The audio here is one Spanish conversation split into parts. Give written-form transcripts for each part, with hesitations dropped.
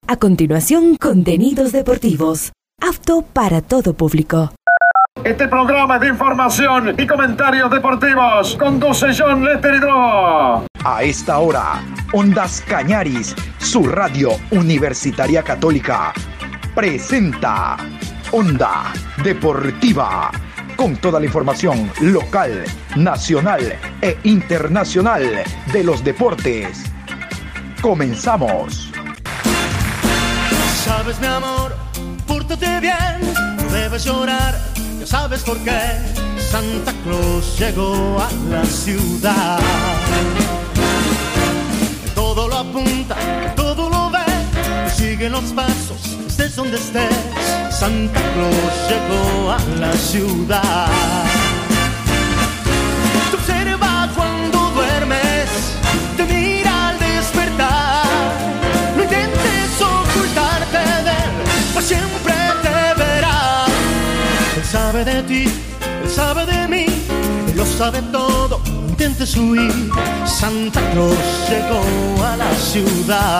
A continuación, contenidos deportivos. Apto para todo público. Este programa de información y comentarios deportivos conduce John Lester Hidro. A esta hora, Ondas Cañaris, su radio universitaria católica, presenta Onda Deportiva, con toda la información local, nacional e internacional de los deportes. Comenzamos. Sabes, mi amor, pórtate bien, no debes llorar, ya sabes por qué. Santa Claus llegó a la ciudad. Todo lo apunta, todo lo ve, sigue los pasos, estés donde estés. Santa Claus llegó a la ciudad. Te observa cuando duermes, te mira al despertar. No intentes ocultarte de él, pues siempre te verá. Él sabe de ti, él sabe de mí, él lo sabe todo, no intentes huir. Santa Claus llegó a la ciudad.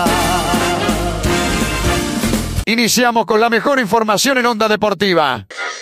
Iniciamos con la mejor información en Onda Deportiva.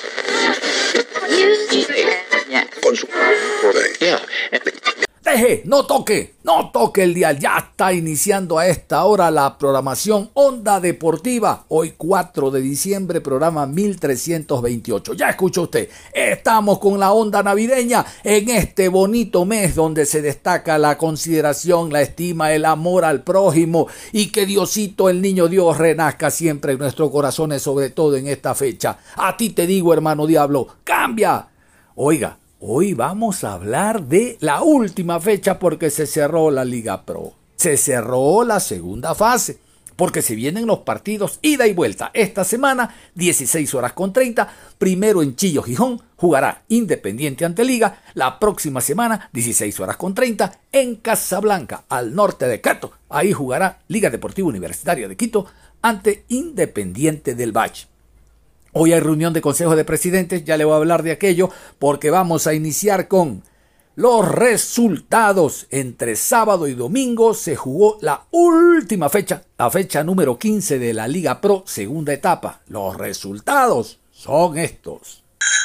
Deje, no toque el dial. Ya está iniciando a esta hora la programación Onda Deportiva. Hoy 4 de diciembre, programa 1328. Ya escuchó usted, estamos con la onda navideña en este bonito mes donde se destaca la consideración, la estima, el amor al prójimo y que Diosito, el niño Dios, renazca siempre en nuestros corazones, sobre todo en esta fecha. A ti te digo, hermano diablo, cambia. Oiga, hoy vamos a hablar de la última fecha porque se cerró la Liga Pro. Se cerró la segunda fase porque se vienen los partidos ida y vuelta. Esta semana, 16:30, primero en Chillo, Gijón, jugará Independiente ante Liga. La próxima semana, 16:30, en Casablanca, al norte de Quito. Ahí jugará Liga Deportiva Universitaria de Quito ante Independiente del Valle. Hoy hay reunión de Consejo de Presidentes, ya le voy a hablar de aquello, porque vamos a iniciar con los resultados. Entre sábado y domingo se jugó la última fecha, la fecha número 15 de la Liga Pro, segunda etapa. Los resultados son estos.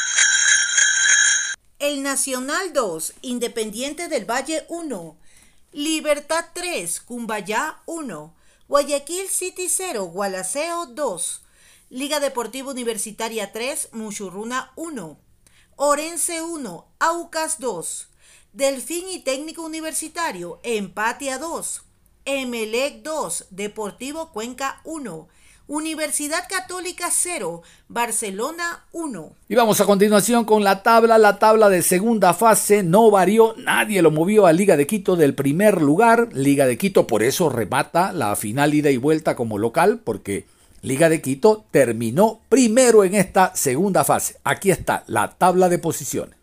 El Nacional 2, Independiente del Valle 1, Libertad 3, Cumbayá 1, Guayaquil City 0, Gualaceo 2, Liga Deportiva Universitaria 3, Muchurruna 1, Orense 1, Aucas 2, Delfín y Técnico Universitario, empate a 2, Emelec 2, Deportivo Cuenca 1, Universidad Católica 0, Barcelona 1. Y vamos a continuación con la tabla. La tabla de segunda fase no varió, nadie lo movió a Liga de Quito del primer lugar. Liga de Quito por eso remata la final ida y vuelta como local, porque Liga de Quito terminó primero en esta segunda fase. Aquí está la tabla de posiciones.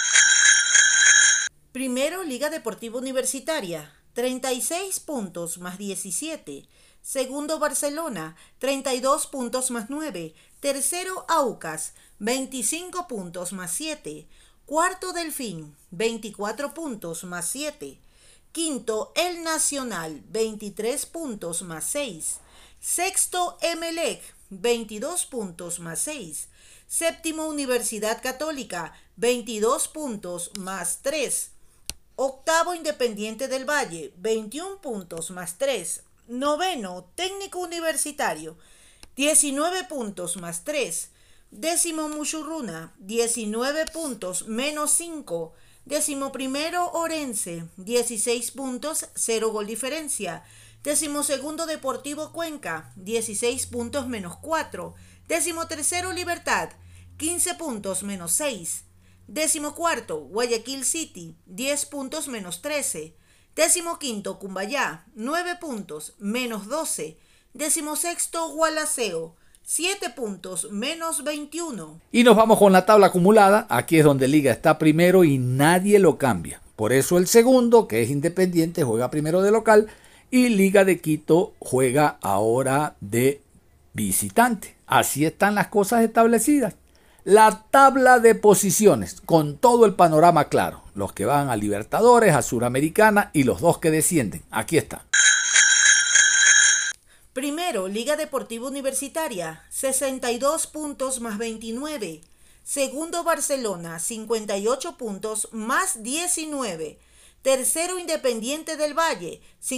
Primero, Liga Deportiva Universitaria, 36 puntos más 17. Segundo, Barcelona, 32 puntos más 9. Tercero, Aucas, 25 puntos más 7. Cuarto, Delfín, 24 puntos más 7. Quinto, El Nacional, 23 puntos más 6. Sexto, Emelec, 22 puntos más 6. Séptimo, Universidad Católica, 22 puntos más 3. Octavo, Independiente del Valle, 21 puntos más 3. Noveno, Técnico Universitario, 19 puntos más 3. Décimo, Muchurruna, 19 puntos menos 5. Décimo primero, Orense, 16 puntos, 0 gol diferencia. Décimo segundo, Deportivo Cuenca, 16 puntos menos 4. Décimo tercero, Libertad, 15 puntos menos 6. Décimo cuarto, Guayaquil City, 10 puntos menos 13. Décimo quinto, Cumbayá, 9 puntos menos 12. Décimo sexto, Gualaceo, 7 puntos menos 21. Y nos vamos con la tabla acumulada. Aquí es donde Liga está primero y nadie lo cambia. Por eso el segundo, que es Independiente, juega primero de local. Y Liga de Quito juega ahora de visitante. Así están las cosas establecidas. La tabla de posiciones, con todo el panorama claro. Los que van a Libertadores, a Suramericana y los dos que descienden. Aquí está. Primero, Liga Deportiva Universitaria, 62 puntos más 29. Segundo, Barcelona, 58 puntos más 19. Tercero, Independiente del Valle,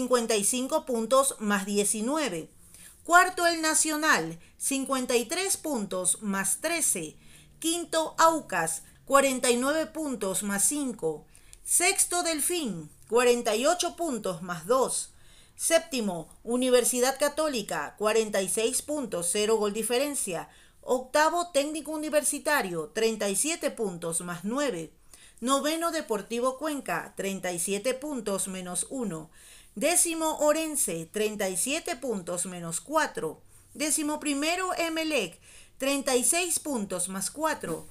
55 puntos más 19. Cuarto, el Nacional, 53 puntos más 13. Quinto, Aucas, 49 puntos más 5. Sexto, Delfín, 48 puntos más 2. Séptimo, Universidad Católica, 46 puntos, 0 gol diferencia. Octavo, Técnico Universitario, 37 puntos más 9. Noveno, Deportivo Cuenca, 37 puntos menos 1. Décimo, Orense, 37 puntos menos 4. Décimo primero, Emelec, 36 puntos más 4.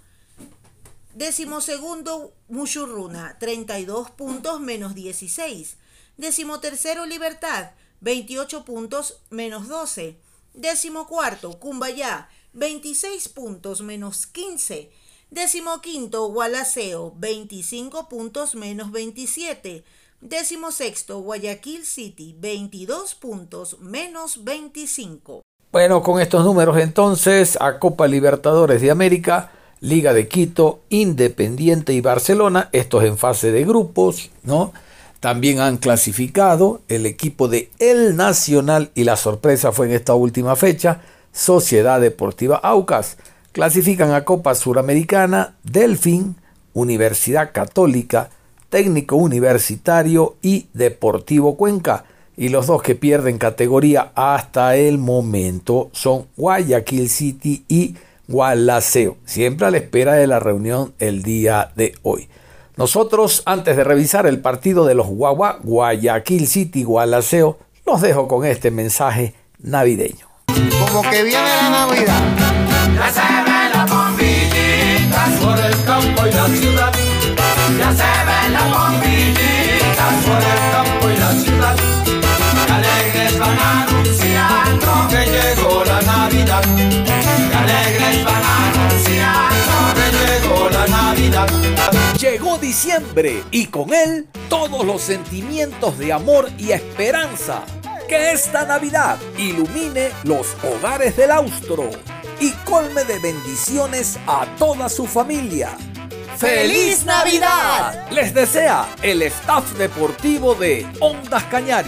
Décimo segundo, Muchurruna, 32 puntos menos 16. Décimo tercero, Libertad, 28 puntos menos 12. Décimo cuarto, Cumbayá, 26 puntos menos 15. Décimo quinto, Gualaceo, 25 puntos menos 27. Décimo sexto, Guayaquil City, 22 puntos menos 25. Bueno, con estos números entonces, a Copa Libertadores de América, Liga de Quito, Independiente y Barcelona, estos en fase de grupos, ¿no? También han clasificado el equipo de El Nacional y la sorpresa fue en esta última fecha, Sociedad Deportiva Aucas. Clasifican a Copa Suramericana, Delfín, Universidad Católica, Técnico Universitario y Deportivo Cuenca. Y los dos que pierden categoría hasta el momento son Guayaquil City y Gualaceo. Siempre a la espera de la reunión el día de hoy. Nosotros, antes de revisar el partido de los Guayaquil City y Gualaceo, los dejo con este mensaje navideño. Como que viene la Navidad. Ya se ven las bombillitas por el campo y la ciudad. Ya se ven las bombillitas por el campo y la ciudad. Qué alegres van anunciando que llegó la Navidad. Qué alegres van anunciando que llegó la Navidad. Llegó diciembre y con él todos los sentimientos de amor y esperanza. Que esta Navidad ilumine los hogares del Austro y colme de bendiciones a toda su familia. ¡Feliz Navidad! Les desea el staff deportivo de Ondas Cañari.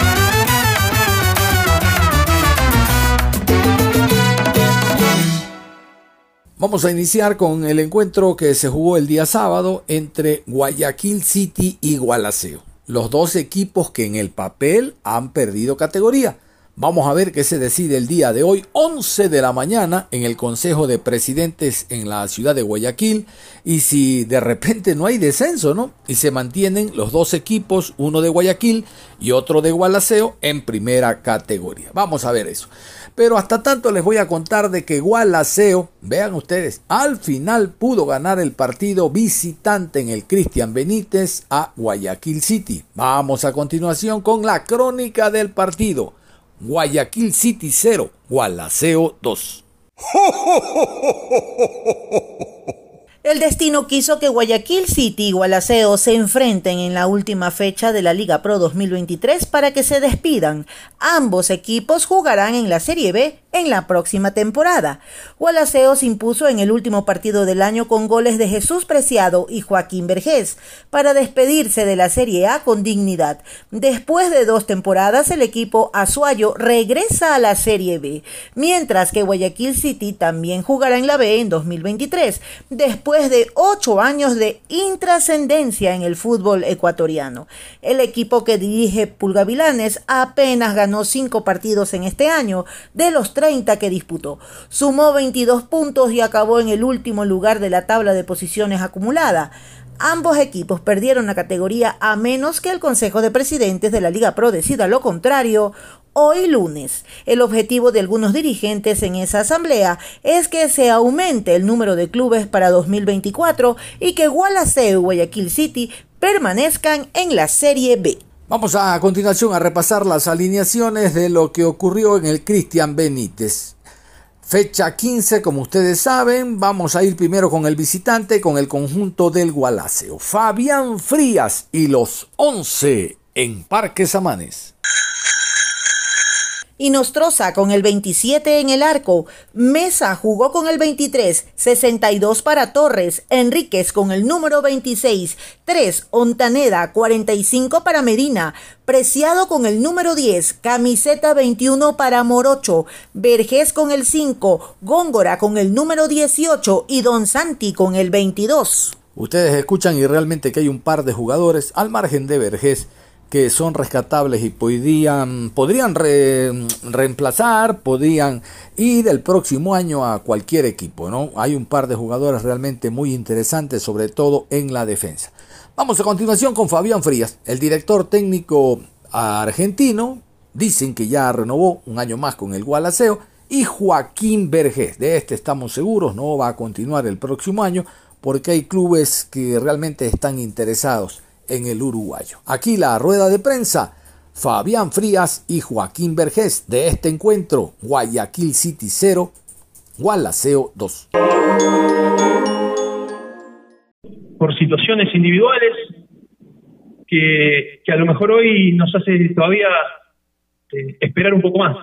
Vamos a iniciar con el encuentro que se jugó el día sábado entre Guayaquil City y Gualaceo. Los dos equipos que en el papel han perdido categoría. Vamos a ver qué se decide el día de hoy, 11 de la mañana, en el Consejo de Presidentes en la ciudad de Guayaquil. Y si de repente no hay descenso, ¿no? Y se mantienen los dos equipos, uno de Guayaquil y otro de Gualaceo, en primera categoría. Vamos a ver eso. Pero hasta tanto les voy a contar de que Gualaceo, vean ustedes, al final pudo ganar el partido visitante en el Cristian Benítez a Guayaquil City. Vamos a continuación con la crónica del partido. Guayaquil City 0, Gualaceo 2. El destino quiso que Guayaquil City y Gualaceo se enfrenten en la última fecha de la Liga Pro 2023 para que se despidan. Ambos equipos jugarán en la Serie B en la próxima temporada. Gualaceo se impuso en el último partido del año con goles de Jesús Preciado y Joaquín Vergés para despedirse de la Serie A con dignidad. Después de 2 temporadas, el equipo azuayo regresa a la Serie B, mientras que Guayaquil City también jugará en la B en 2023, después de 8 años de intrascendencia en el fútbol ecuatoriano. El equipo que dirige Pulgavilanes apenas ganó 5 partidos en este año, de los 30 que disputó. Sumó 22 puntos y acabó en el último lugar de la tabla de posiciones acumulada. Ambos equipos perdieron la categoría a menos que el Consejo de Presidentes de la Liga Pro decida lo contrario hoy lunes. El objetivo de algunos dirigentes en esa asamblea es que se aumente el número de clubes para 2024 y que Gualaceo y Guayaquil City permanezcan en la Serie B. Vamos a continuación a repasar las alineaciones de lo que ocurrió en el Cristian Benítez. Fecha 15, como ustedes saben, vamos a ir primero con el visitante, con el conjunto del Gualaceo. Fabián Frías y los 11 en Parque Samanes. Inostroza con el 27 en el arco. Mesa jugó con el 23, 62 para Torres. Enríquez con el número 26, 3 Ontaneda, 45 para Medina. Preciado con el número 10, camiseta 21 para Morocho. Vergés con el 5, Góngora con el número 18 y Don Santi con el 22. Ustedes escuchan y realmente que hay un par de jugadores al margen de Vergés que son rescatables y podrían reemplazar, podrían ir el próximo año a cualquier equipo, ¿no? Hay un par de jugadores realmente muy interesantes, sobre todo en la defensa. Vamos a continuación con Fabián Frías, el director técnico argentino. Dicen que ya renovó un año más con el Gualaceo. Y Joaquín Vergés, de este estamos seguros, no va a continuar el próximo año porque hay clubes que realmente están interesados en el uruguayo. Aquí la rueda de prensa, Fabián Frías y Joaquín Vergés de este encuentro, Guayaquil City 0, Gualaceo 2. Por situaciones individuales que a lo mejor hoy nos hace todavía esperar un poco más.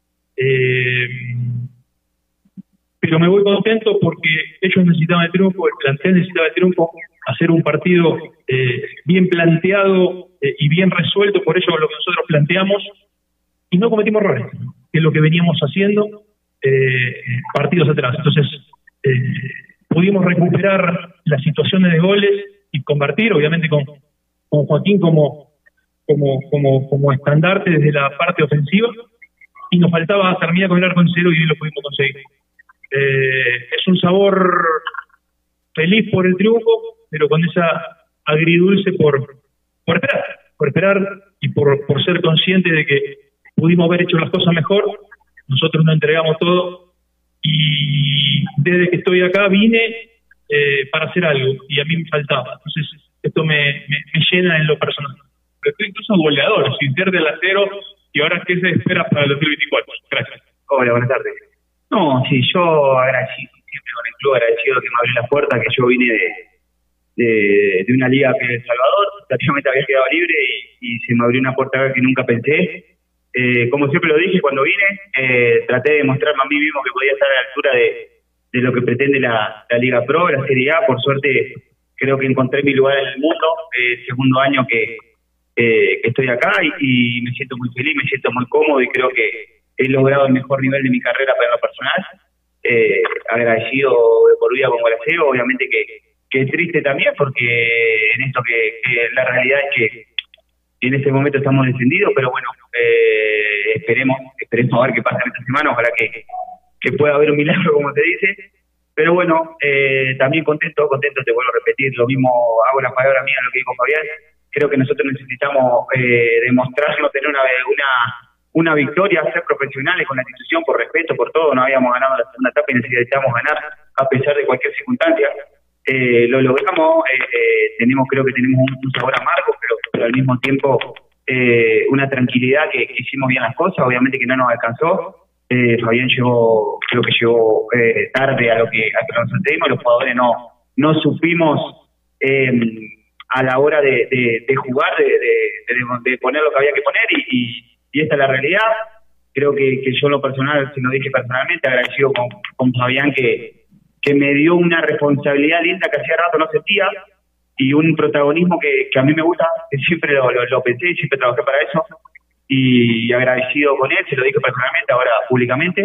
Pero me voy contento porque ellos necesitaban el triunfo, el plantel necesitaba el triunfo, hacer un partido bien planteado y bien resuelto, por eso lo que nosotros planteamos, y no cometimos errores, que es lo que veníamos haciendo partidos atrás. Entonces, pudimos recuperar las situaciones de goles y convertir, obviamente con Joaquín como estandarte desde la parte ofensiva, y nos faltaba terminar con el arco en cero y hoy lo pudimos conseguir. Es un sabor feliz por el triunfo, pero con esa agridulce por esperar y por ser consciente de que pudimos haber hecho las cosas mejor. Nosotros nos entregamos todo y desde que estoy acá vine para hacer algo y a mí me faltaba. Entonces esto me llena en lo personal. Pero estoy incluso goleador, sin ser delantero, y ahora ¿qué se espera para el 2024? Gracias. Hola, buenas tardes. No, sí, yo agradecido siempre con el club, agradecido que me abrió la puerta, que yo vine de una liga que es El Salvador, prácticamente había quedado libre y se me abrió una puerta que nunca pensé. Como siempre lo dije cuando vine, traté de demostrarme a mí mismo que podía estar a la altura de lo que pretende la Liga Pro, la Serie A. Por suerte creo que encontré mi lugar en el mundo, segundo año que estoy acá y me siento muy feliz, me siento muy cómodo y creo que he logrado el mejor nivel de mi carrera para lo personal. Agradecido de por vida con Gualaceo, obviamente que triste también porque en esto que la realidad es que en este momento estamos descendidos, pero bueno, esperemos a ver qué pasa en esta semana, ojalá que pueda haber un milagro como se dice, pero bueno, también contento, te vuelvo a repetir, lo mismo hago las palabras mías, lo que dijo Fabián. Creo que nosotros necesitamos demostrarnos, tener una victoria, ser profesionales con la institución, por respeto, por todo. No habíamos ganado la segunda etapa y necesitamos ganar a pesar de cualquier circunstancia. Lo logramos, creo que tenemos un sabor amargo, pero al mismo tiempo una tranquilidad que hicimos bien las cosas, obviamente que no nos alcanzó. Fabián creo que llegó tarde a lo que nos sucedimos, los jugadores no supimos a la hora de jugar, de poner lo que había que poner y esta es la realidad. Creo que yo en lo personal, se lo dije personalmente, agradecido con Fabián que me dio una responsabilidad linda que hacía rato no sentía y un protagonismo que a mí me gusta, que siempre lo pensé y siempre trabajé para eso y agradecido con él, se lo dije personalmente, ahora públicamente.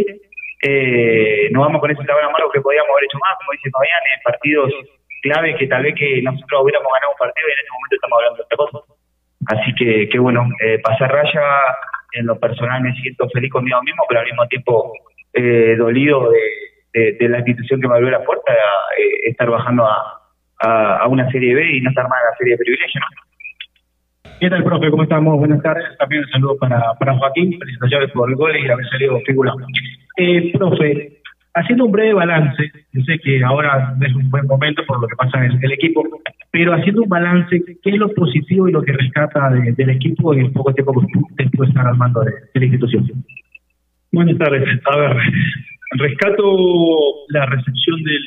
Nos vamos con ese sabor amargo que podíamos haber hecho más, como dice Fabián, en partidos clave que tal vez que nosotros hubiéramos ganado un partido y en este momento estamos hablando de otra cosa. Así que bueno, pasar raya, en lo personal me siento feliz conmigo mismo, pero al mismo tiempo dolido de la institución que me abrió la puerta, estar bajando a una Serie B y no estar más en la Serie de Privilegio, ¿no? ¿Qué tal, profe? ¿Cómo estamos? Buenas tardes. También un saludo para Joaquín. Felicitaciones por el gol y haber salido figurado. Profe, haciendo un breve balance, yo sé que ahora no es un buen momento por lo que pasa en el equipo, pero haciendo un balance, ¿qué es lo positivo y lo que rescata del equipo en el poco tiempo que usted puede estar al mando de la institución? Buenas tardes. A ver, rescato la recepción del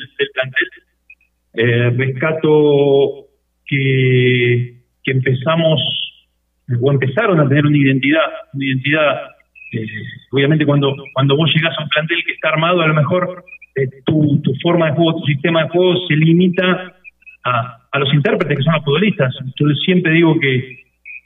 plantel, rescato que empezaron a tener una identidad Obviamente cuando vos llegás a un plantel que está armado, a lo mejor tu forma de juego, tu sistema de juego se limita a los intérpretes que son los futbolistas. Entonces siempre digo que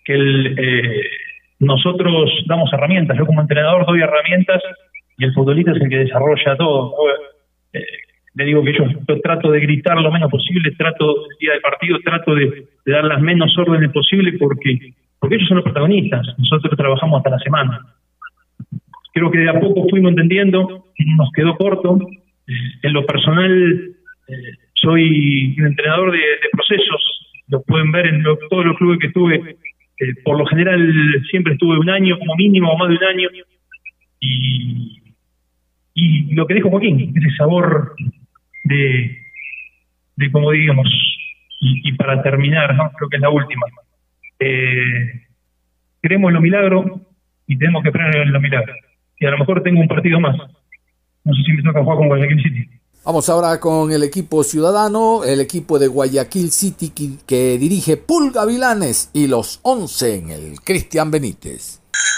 nosotros damos herramientas. Yo como entrenador doy herramientas y el futbolista es el que desarrolla todo. Le digo que yo trato de gritar lo menos posible, trato el día del partido, trato de dar las menos órdenes posibles porque ellos son los protagonistas. Nosotros trabajamos hasta la semana. Creo que de a poco fuimos entendiendo, nos quedó corto. En lo personal, soy un entrenador de procesos, lo pueden ver en todos los clubes que estuve. Por lo general siempre estuve un año como mínimo, o más de un año, y lo que dijo Joaquín, ese sabor de como digamos, y para terminar, ¿no? Creo que es la última. Creemos en los milagros y tenemos que creer en los milagros. Y a lo mejor tengo un partido más. No sé si me toca jugar con Guayaquil City. Vamos ahora con el equipo ciudadano, el equipo de Guayaquil City que dirige Pulga Vilanes y los 11 en el Cristian Benítez.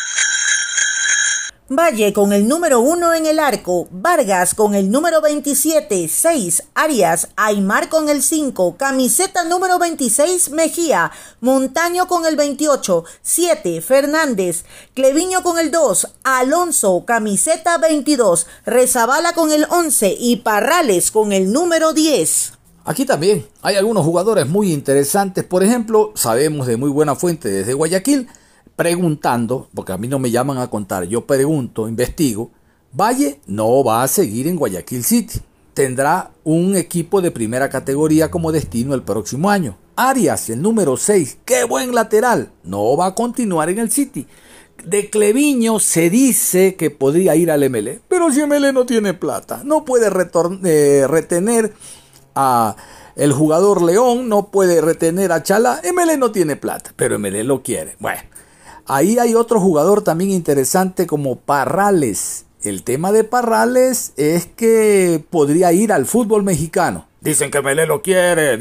Valle con el número 1 en el arco, Vargas con el número 27, 6, Arias, Aymar con el 5, camiseta número 26, Mejía, Montaño con el 28, 7, Fernández, Cleviño con el 2, Alonso, camiseta 22, Rezabala con el 11 y Parrales con el número 10. Aquí también hay algunos jugadores muy interesantes, por ejemplo, sabemos de muy buena fuente desde Guayaquil, preguntando, porque a mí no me llaman a contar, yo pregunto, investigo, Valle no va a seguir en Guayaquil City, tendrá un equipo de primera categoría como destino el próximo año. Arias, el número 6, qué buen lateral, no va a continuar en el City. De Cleviño se dice que podría ir al MLE, pero si MLE no tiene plata, no puede retener a el jugador León, no puede retener a Chalá, MLE no tiene plata, pero MLE lo quiere. Bueno. Ahí hay otro jugador también interesante como Parrales. El tema de Parrales es que podría ir al fútbol mexicano. Dicen que Melé lo quiere,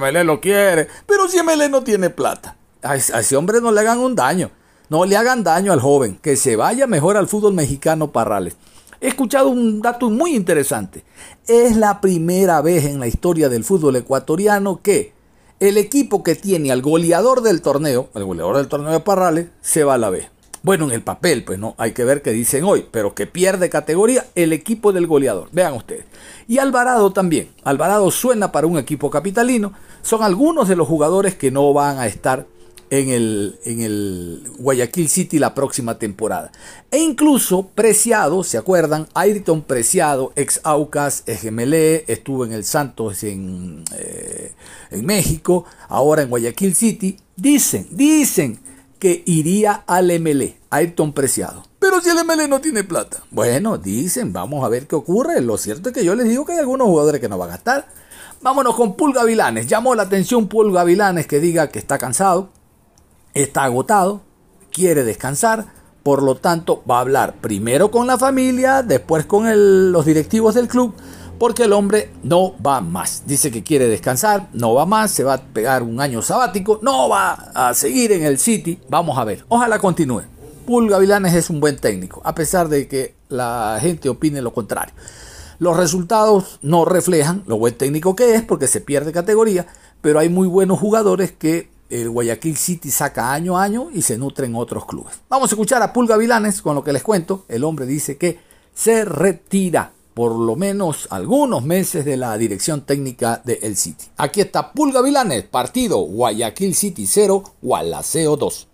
pero si Melé no tiene plata. A ese hombre no le hagan un daño, no le hagan daño al joven, que se vaya mejor al fútbol mexicano Parrales. He escuchado un dato muy interesante. Es la primera vez en la historia del fútbol ecuatoriano que el equipo que tiene al goleador del torneo, el goleador del torneo de Parrales, se va a la B. Bueno, en el papel, pues no, hay que ver qué dicen hoy, pero que pierde categoría el equipo del goleador. Vean ustedes. Y Alvarado también. Alvarado suena para un equipo capitalino. Son algunos de los jugadores que no van a estar en el Guayaquil City la próxima temporada. E incluso Preciado, ¿se acuerdan? Ayrton Preciado, ex Aucas, ex MLE, estuvo en el Santos en México, ahora en Guayaquil City. Dicen que iría al MLE, Ayrton Preciado. Pero si el MLE no tiene plata. Bueno, dicen, vamos a ver qué ocurre. Lo cierto es que yo les digo que hay algunos jugadores que no van a estar. Vámonos con Pulga Vilanes. Llamó la atención Pulga Vilanes que diga que está cansado. Está agotado, quiere descansar, por lo tanto va a hablar primero con la familia, después con los directivos del club, porque el hombre no va más. Dice que quiere descansar, no va más, se va a pegar un año sabático, no va a seguir en el City. Vamos a ver, ojalá continúe. Pulga Vilanes es un buen técnico, a pesar de que la gente opine lo contrario. Los resultados no reflejan lo buen técnico que es, porque se pierde categoría, pero hay muy buenos jugadores que el Guayaquil City saca año a año y se nutre en otros clubes. Vamos a escuchar a Pulga Vilanes con lo que les cuento. El hombre dice que se retira por lo menos algunos meses de la dirección técnica de el City. Aquí está Pulga Vilanes, partido Guayaquil City 0, Gualaceo 2.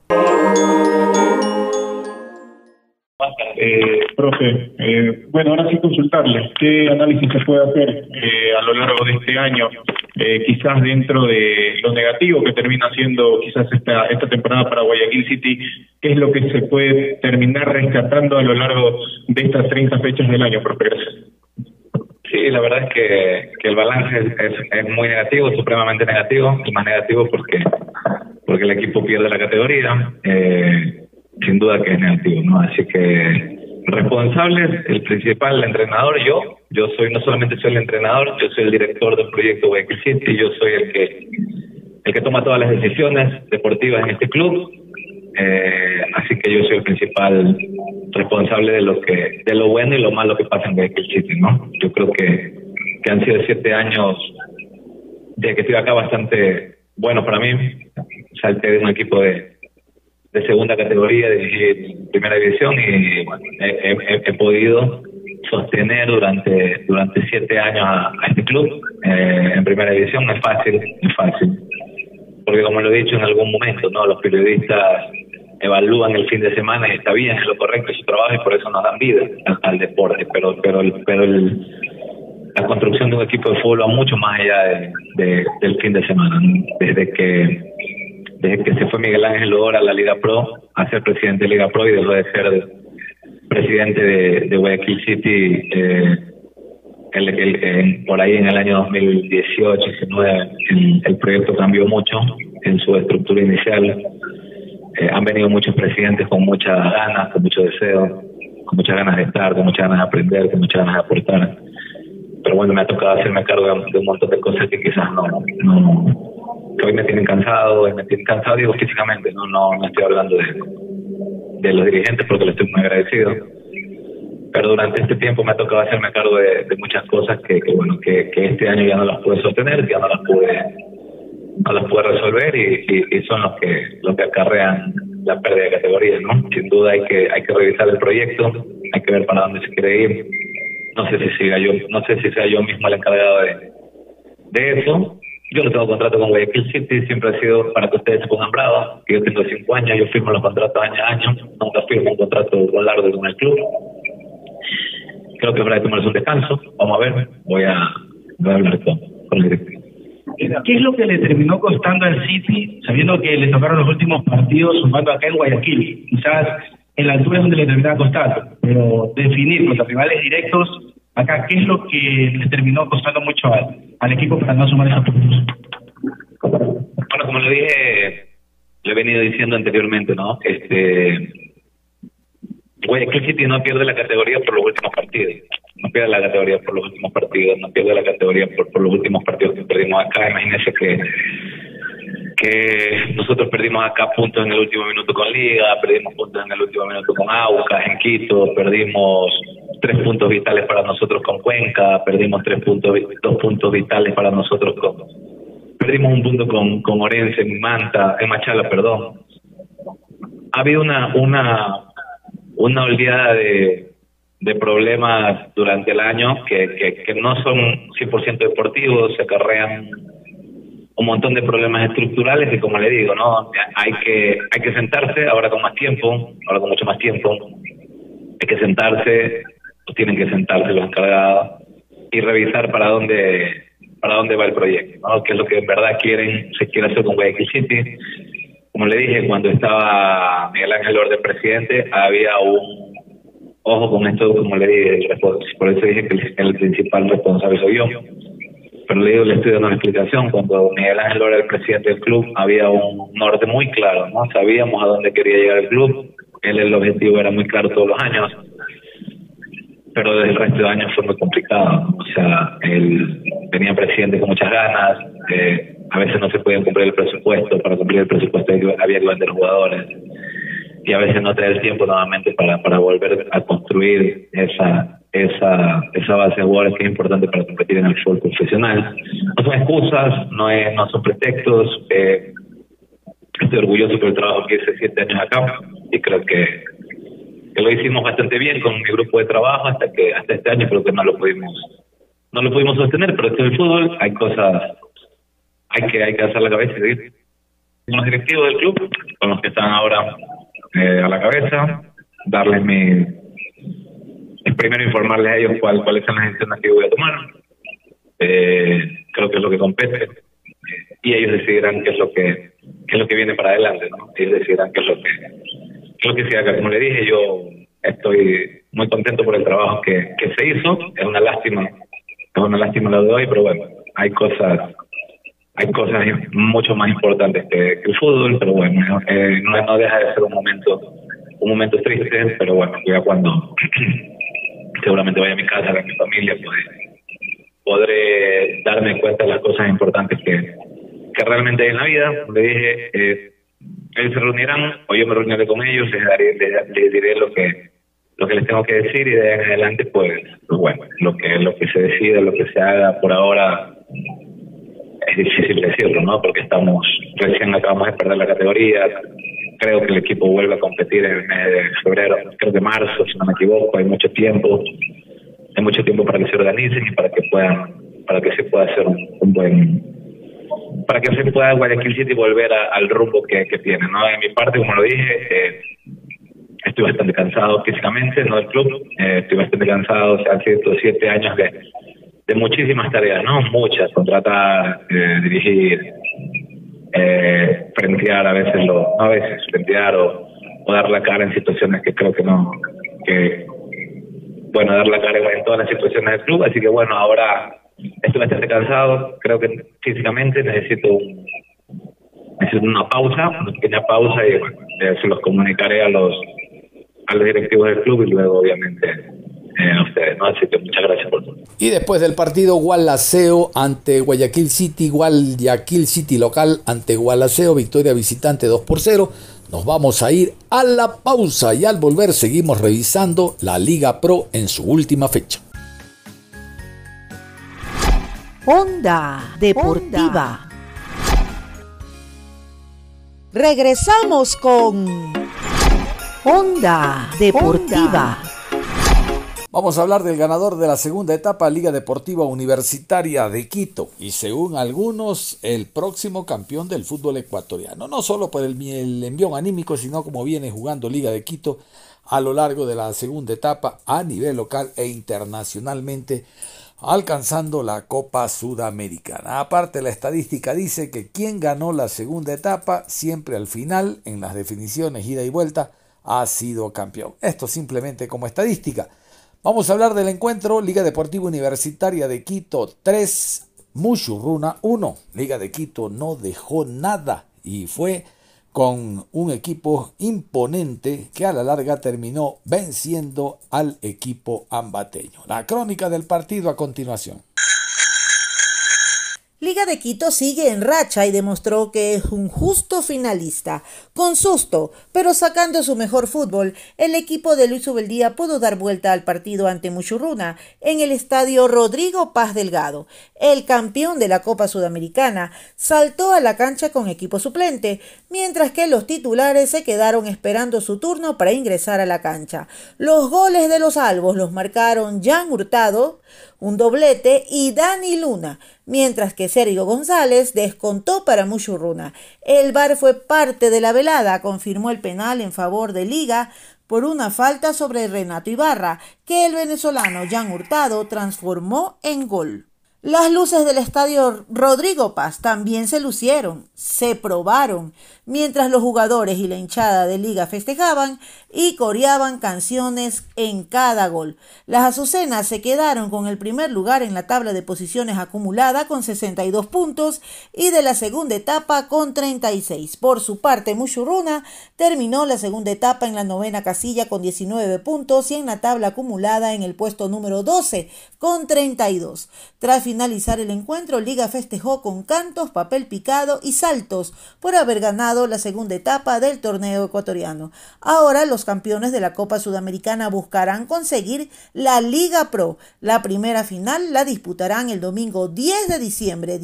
Profe, bueno, ahora sí consultarle, ¿qué análisis se puede hacer a lo largo de este año? Quizás dentro de lo negativo que termina siendo quizás esta temporada para Guayaquil City, ¿qué es lo que se puede terminar rescatando a lo largo de estas 30 fechas del año, profe? Gracias. Sí, la verdad es que el balance es muy negativo, supremamente negativo, y más negativo porque el equipo pierde la categoría. Sin duda que es negativo, ¿no? Así que responsables, el principal, el entrenador, yo soy, no solamente soy el entrenador, yo soy el director del proyecto Guayaquil City, yo soy el que toma todas las decisiones deportivas en este club. así que yo soy el principal responsable de lo bueno y lo malo que pasa en Guayaquil City, ¿no? Yo creo que han sido 7 años desde que estoy acá bastante bueno para mí. Salté de un equipo de segunda categoría, dirigí primera división y bueno, he podido sostener durante 7 años a este club en primera división. No es fácil, porque como lo he dicho en algún momento, ¿no? Los periodistas evalúan el fin de semana y está bien, es lo correcto, es su trabajo y por eso nos dan vida al deporte, pero la construcción de un equipo de fútbol va mucho más allá del fin de semana, ¿no? Desde que se fue Miguel Ángel Odor a la Liga Pro, a ser presidente de Liga Pro y dejó de ser presidente de Guayaquil City, por ahí en el año 2018-19 el proyecto cambió mucho en su estructura inicial. Han venido muchos presidentes con muchas ganas, con mucho deseo, con muchas ganas de estar, con muchas ganas de aprender, con muchas ganas de aportar. Pero bueno, me ha tocado hacerme cargo de un montón de cosas que quizás que hoy me tienen cansado, digo físicamente, no estoy hablando de los dirigentes porque les estoy muy agradecido. Pero durante este tiempo me ha tocado hacerme cargo de muchas cosas que este año ya no las pude sostener, ya no las pude resolver y son los que acarrean la pérdida de categoría, ¿no? Sin duda hay que revisar el proyecto, hay que ver para dónde se quiere ir. No sé si sea yo mismo el encargado de eso. Yo no tengo contrato con Guayaquil City, siempre ha sido para que ustedes se pongan bravos, que yo tengo 5 años, yo firmo los contratos año a año, nunca firmo un contrato largo con el club. Creo que es hora de tomarse un descanso, vamos a ver, voy a hablar con el directivo. ¿Qué es lo que le terminó costando al City, sabiendo que le tocaron los últimos partidos jugando acá en Guayaquil? Quizás en la altura es donde le terminaba costando, pero definir contra rivales directos, acá, ¿qué es lo que le terminó costando mucho al equipo para no sumar esos puntos? Bueno, como le dije, le he venido diciendo anteriormente, ¿no? Guayaquil City no pierde la categoría por los últimos partidos. No pierde la categoría por los últimos partidos, no pierde la categoría por los últimos partidos que perdimos acá. Imagínense que nosotros perdimos acá puntos en el último minuto con Liga, perdimos puntos en el último minuto con Aucas, en Quito, perdimos 3 puntos vitales para nosotros con Cuenca, perdimos 2 puntos vitales para nosotros perdimos un punto con Orense en Machala, perdón. Ha habido una oleada de problemas durante el año que no son 100% deportivos, se acarrean un montón de problemas estructurales que, como le digo, no hay que sentarse ahora con mucho más tiempo, hay que sentarse, tienen que sentarse los encargados y revisar para dónde va el proyecto, ¿no? Qué es lo que en verdad se quiere hacer con Guayaquil City. Como le dije, cuando estaba Miguel Ángel Odor de presidente, había un ojo con esto, como le dije, por eso dije que el principal responsable soy yo. Pero le estoy dando una explicación. Cuando Miguel Ángel Odor era el presidente del club, había un norte muy claro, ¿no? Sabíamos a dónde quería llegar el club, el objetivo era muy claro todos los años, pero desde el resto de años fue muy complicado, ¿no? O sea, él venía presidente con muchas ganas, a veces no se podían cumplir el presupuesto, para cumplir el presupuesto había que vender jugadores, y a veces no traer el tiempo nuevamente para volver a construir esa base de jugadores que es importante para competir en el fútbol profesional. No son excusas, no son pretextos. Estoy orgulloso por el trabajo que hice 7 años acá y creo que lo hicimos bastante bien con mi grupo de trabajo hasta este año creo que no lo pudimos sostener, pero esto es el fútbol, hay cosas, hay que alzar la cabeza y seguir. Con los directivos del club, con los que están ahora a la cabeza, darles primero informarles a ellos cuáles son las decisiones que voy a tomar. Creo que es lo que compete y ellos decidirán qué es lo que viene para adelante, ¿no? Ellos decidirán qué es lo que se haga. Como le dije, yo estoy muy contento por el trabajo que se hizo. Es una lástima lo de hoy, pero bueno, hay cosas mucho más importantes que el fútbol, pero bueno, no deja de ser un momento triste, pero bueno, ya cuando seguramente vaya a mi casa, a mi familia, pues podré darme cuenta de las cosas importantes que realmente hay en la vida. Como le dije, ellos se reunirán o yo me reuniré con ellos, les diré lo que les tengo que decir, y de ahí en adelante pues bueno, lo que se decida, lo que se haga por ahora es difícil decirlo, ¿no? Porque recién acabamos de perder la categoría. Creo que el equipo vuelve a competir en el mes de febrero, creo que marzo, si no me equivoco. Hay mucho tiempo para que se organicen y para que se pueda hacer un buen, para que se pueda Guayaquil City volver al rumbo que tiene, ¿no? En mi parte, como lo dije, estoy bastante cansado físicamente, no del club, estoy bastante cansado. O sea, han sido 7 años de muchísimas tareas, ¿no? Muchas: contratar, dirigir, frentear frentear o dar la cara en situaciones que creo que no, dar la cara en todas las situaciones del club. Así que bueno, ahora estoy bastante cansado, creo que físicamente necesito una pequeña pausa, y bueno, se los comunicaré a los directivos del club y luego obviamente a ustedes, ¿no? Así que muchas gracias por todo. Y después del partido, Gualaceo ante Guayaquil City, Guayaquil City local ante Gualaceo, victoria visitante 2-0. Nos vamos a ir a la pausa y al volver seguimos revisando la Liga Pro en su última fecha. Onda Deportiva. Regresamos con Onda Deportiva. Vamos a hablar del ganador de la segunda etapa, Liga Deportiva Universitaria de Quito, y según algunos, el próximo campeón del fútbol ecuatoriano. No solo por el envión anímico, sino como viene jugando Liga de Quito a lo largo de la segunda etapa a nivel local e internacionalmente, alcanzando la Copa Sudamericana. Aparte, la estadística dice que quien ganó la segunda etapa, siempre al final, en las definiciones ida y vuelta, ha sido campeón. Esto simplemente como estadística. Vamos a hablar del encuentro. Liga Deportiva Universitaria de Quito 3, Muchurruna 1. Liga de Quito no dejó nada y fue con un equipo imponente que a la larga terminó venciendo al equipo ambateño. La crónica del partido a continuación. Liga de Quito sigue en racha y demostró que es un justo finalista. Con susto, pero sacando su mejor fútbol, el equipo de Luis Ubeldía pudo dar vuelta al partido ante Muchurruna en el estadio Rodrigo Paz Delgado. El campeón de la Copa Sudamericana saltó a la cancha con equipo suplente, mientras que los titulares se quedaron esperando su turno para ingresar a la cancha. Los goles de los albos los marcaron Jan Hurtado, un doblete, y Dani Luna, mientras que Sergio González descontó para Muchurruna. El VAR fue parte de la velada, confirmó el penal en favor de Liga por una falta sobre Renato Ibarra, que el venezolano Jan Hurtado transformó en gol. Las luces del estadio Rodrigo Paz también se lucieron, se probaron, mientras los jugadores y la hinchada de Liga festejaban y coreaban canciones en cada gol. Las azucenas se quedaron con el primer lugar en la tabla de posiciones acumulada con 62 puntos y de la segunda etapa con 36. Por su parte, Muchurruna terminó la segunda etapa en la 9ª casilla con 19 puntos y en la tabla acumulada en el puesto número 12 con 32. Tras finalizar el encuentro, Liga festejó con cantos, papel picado y saltos por haber ganado la segunda etapa del torneo ecuatoriano. Ahora los campeones de la Copa Sudamericana buscarán conseguir la Liga Pro. La primera final la disputarán el domingo 10 de diciembre,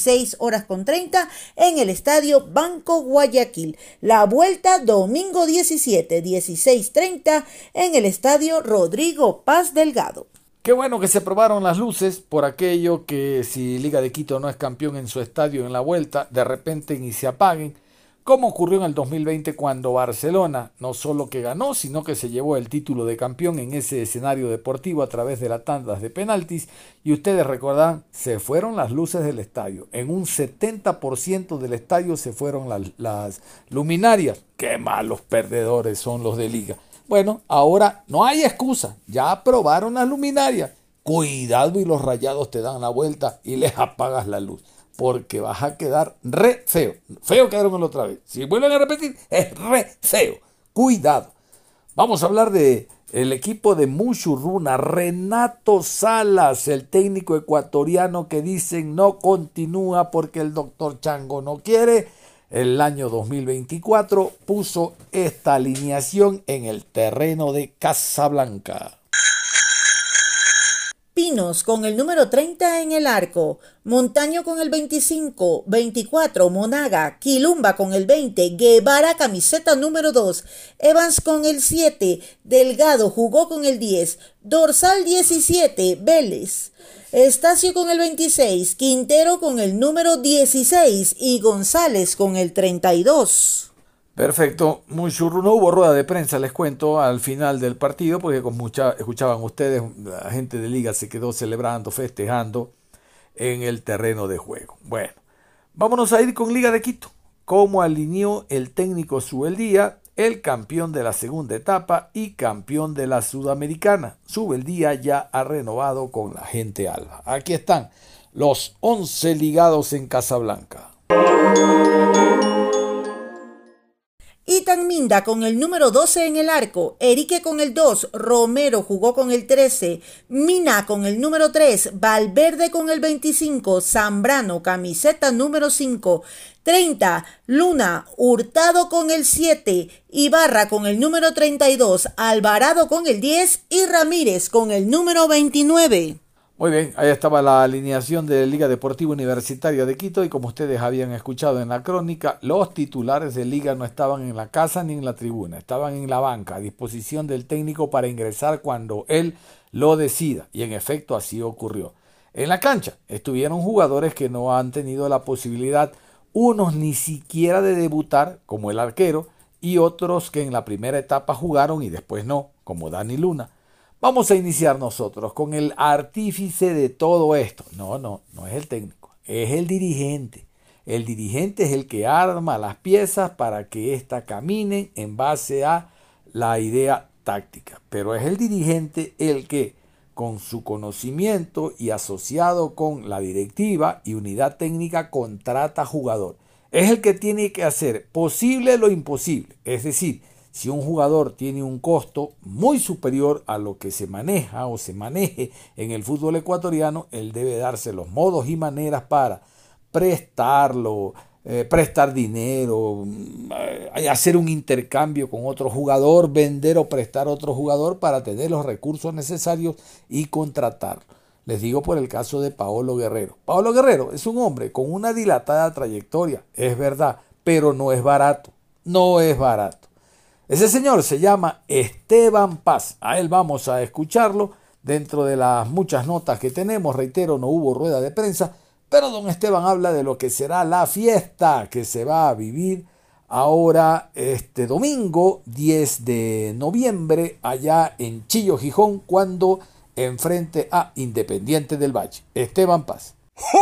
16:30 en el estadio Banco Guayaquil. La vuelta domingo 17, 16:30 en el estadio Rodrigo Paz Delgado. Qué bueno que se probaron las luces por aquello que si Liga de Quito no es campeón en su estadio en la vuelta, de repente ni se apaguen, como ocurrió en el 2020 cuando Barcelona no solo que ganó, sino que se llevó el título de campeón en ese escenario deportivo a través de las tandas de penaltis, y ustedes recordarán, se fueron las luces del estadio. En un 70% del estadio se fueron las luminarias. Qué malos perdedores son los de Liga. Bueno, ahora no hay excusa, ya aprobaron las luminarias. Cuidado y los rayados te dan la vuelta y les apagas la luz, porque vas a quedar re feo. Feo quedaron la otra vez. Si vuelven a repetir, es re feo. Cuidado. Vamos a hablar de el equipo de Muchurruna. Renato Salas, el técnico ecuatoriano que dicen no continúa porque el doctor Chango no quiere. el año 2024 puso esta alineación en el terreno de Casablanca. Pinos con el número 30 en el arco, Montaño con el 25, 24 Monaga, Quilumba con el 20, Guevara camiseta número 2, Evans con el 7, Delgado jugó con el 10, dorsal 17 Vélez, Estacio con el 26, Quintero con el número 16 y González con el 32. Perfecto, muy churro. No hubo rueda de prensa, les cuento, al final del partido, porque como escuchaban ustedes, la gente de Liga se quedó celebrando, festejando en el terreno de juego. Bueno, vámonos a ir con Liga de Quito. ¿Cómo alineó el técnico Subeldía, el campeón de la segunda etapa y campeón de la Sudamericana? Subeldía ya ha renovado con la gente alba. Aquí están los 11 ligados en Casablanca. Itan Minda con el número 12 en el arco, Erique con el 2, Romero jugó con el 13, Mina con el número 3, Valverde con el 25, Zambrano camiseta número 5, 30, Luna, Hurtado con el 7, Ibarra con el número 32, Alvarado con el 10 y Ramírez con el número 29. Muy bien, ahí estaba la alineación de Liga Deportiva Universitaria de Quito y como ustedes habían escuchado en la crónica, los titulares de Liga no estaban en la casa ni en la tribuna, estaban en la banca a disposición del técnico para ingresar cuando él lo decida y en efecto así ocurrió. En la cancha estuvieron jugadores que no han tenido la posibilidad, unos ni siquiera de debutar como el arquero y otros que en la primera etapa jugaron y después no, como Dani Luna. Vamos a iniciar nosotros con el artífice de todo esto. No es el técnico, es el dirigente. El dirigente es el que arma las piezas para que ésta caminen en base a la idea táctica. Pero es el dirigente el que, con su conocimiento y asociado con la directiva y unidad técnica, contrata jugador. Es el que tiene que hacer posible lo imposible. Es decir, si un jugador tiene un costo muy superior a lo que se maneja o se maneje en el fútbol ecuatoriano, él debe darse los modos y maneras para prestarlo, prestar dinero, hacer un intercambio con otro jugador, vender o prestar a otro jugador para tener los recursos necesarios y contratarlo. Les digo por el caso de Paolo Guerrero. Paolo Guerrero es un hombre con una dilatada trayectoria, es verdad, pero no es barato, no es barato. Ese señor se llama Esteban Paz. A él vamos a escucharlo dentro de las muchas notas que tenemos. Reitero, no hubo rueda de prensa, pero don Esteban habla de lo que será la fiesta que se va a vivir ahora este domingo 10 de noviembre allá en Chillo, Gijón, cuando enfrente a Independiente del Valle. Esteban Paz.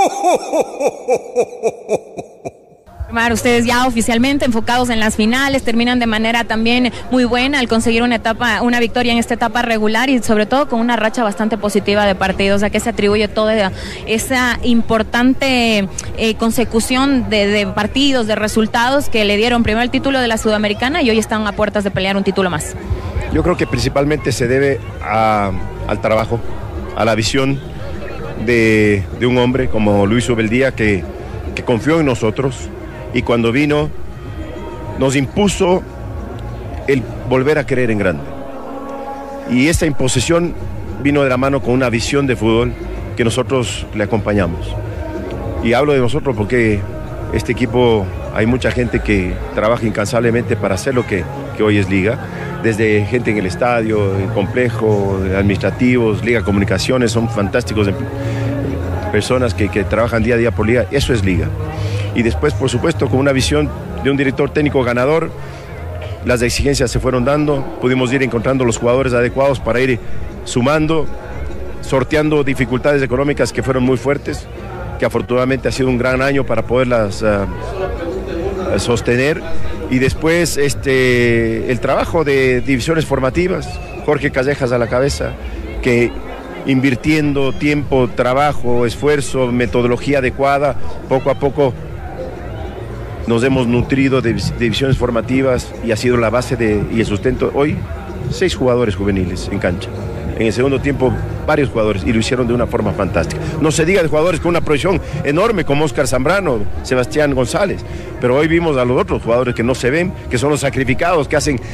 Ustedes ya oficialmente enfocados en las finales, terminan de manera también muy buena al conseguir una victoria en esta etapa regular y sobre todo con una racha bastante positiva de partidos. ¿A qué se atribuye toda esa importante consecución de partidos, de resultados que le dieron primero el título de la Sudamericana y hoy están a puertas de pelear un título más? Yo creo que principalmente se debe al trabajo, a la visión de un hombre como Luis Subeldía que confió en nosotros. Y cuando vino, nos impuso el volver a creer en grande. Y esa imposición vino de la mano con una visión de fútbol que nosotros le acompañamos. Y hablo de nosotros porque este equipo, hay mucha gente que trabaja incansablemente para hacer lo que hoy es Liga. Desde gente en el estadio, en complejo, administrativos, Liga Comunicaciones, son fantásticos personas que trabajan día a día por Liga. Eso es Liga. Y después, por supuesto, con una visión de un director técnico ganador, las exigencias se fueron dando, pudimos ir encontrando los jugadores adecuados para ir sumando, sorteando dificultades económicas que fueron muy fuertes, que afortunadamente ha sido un gran año para poderlas sostener. Y después el trabajo de divisiones formativas, Jorge Callejas a la cabeza, que invirtiendo tiempo, trabajo, esfuerzo, metodología adecuada, poco a poco nos hemos nutrido de divisiones formativas y ha sido la base y el sustento. Hoy, 6 jugadores juveniles en cancha. en el segundo tiempo varios jugadores y lo hicieron de una forma fantástica. No se diga de jugadores con una proyección enorme como Oscar Zambrano, Sebastián González, pero hoy vimos a los otros jugadores que no se ven, que son los sacrificados, que hacen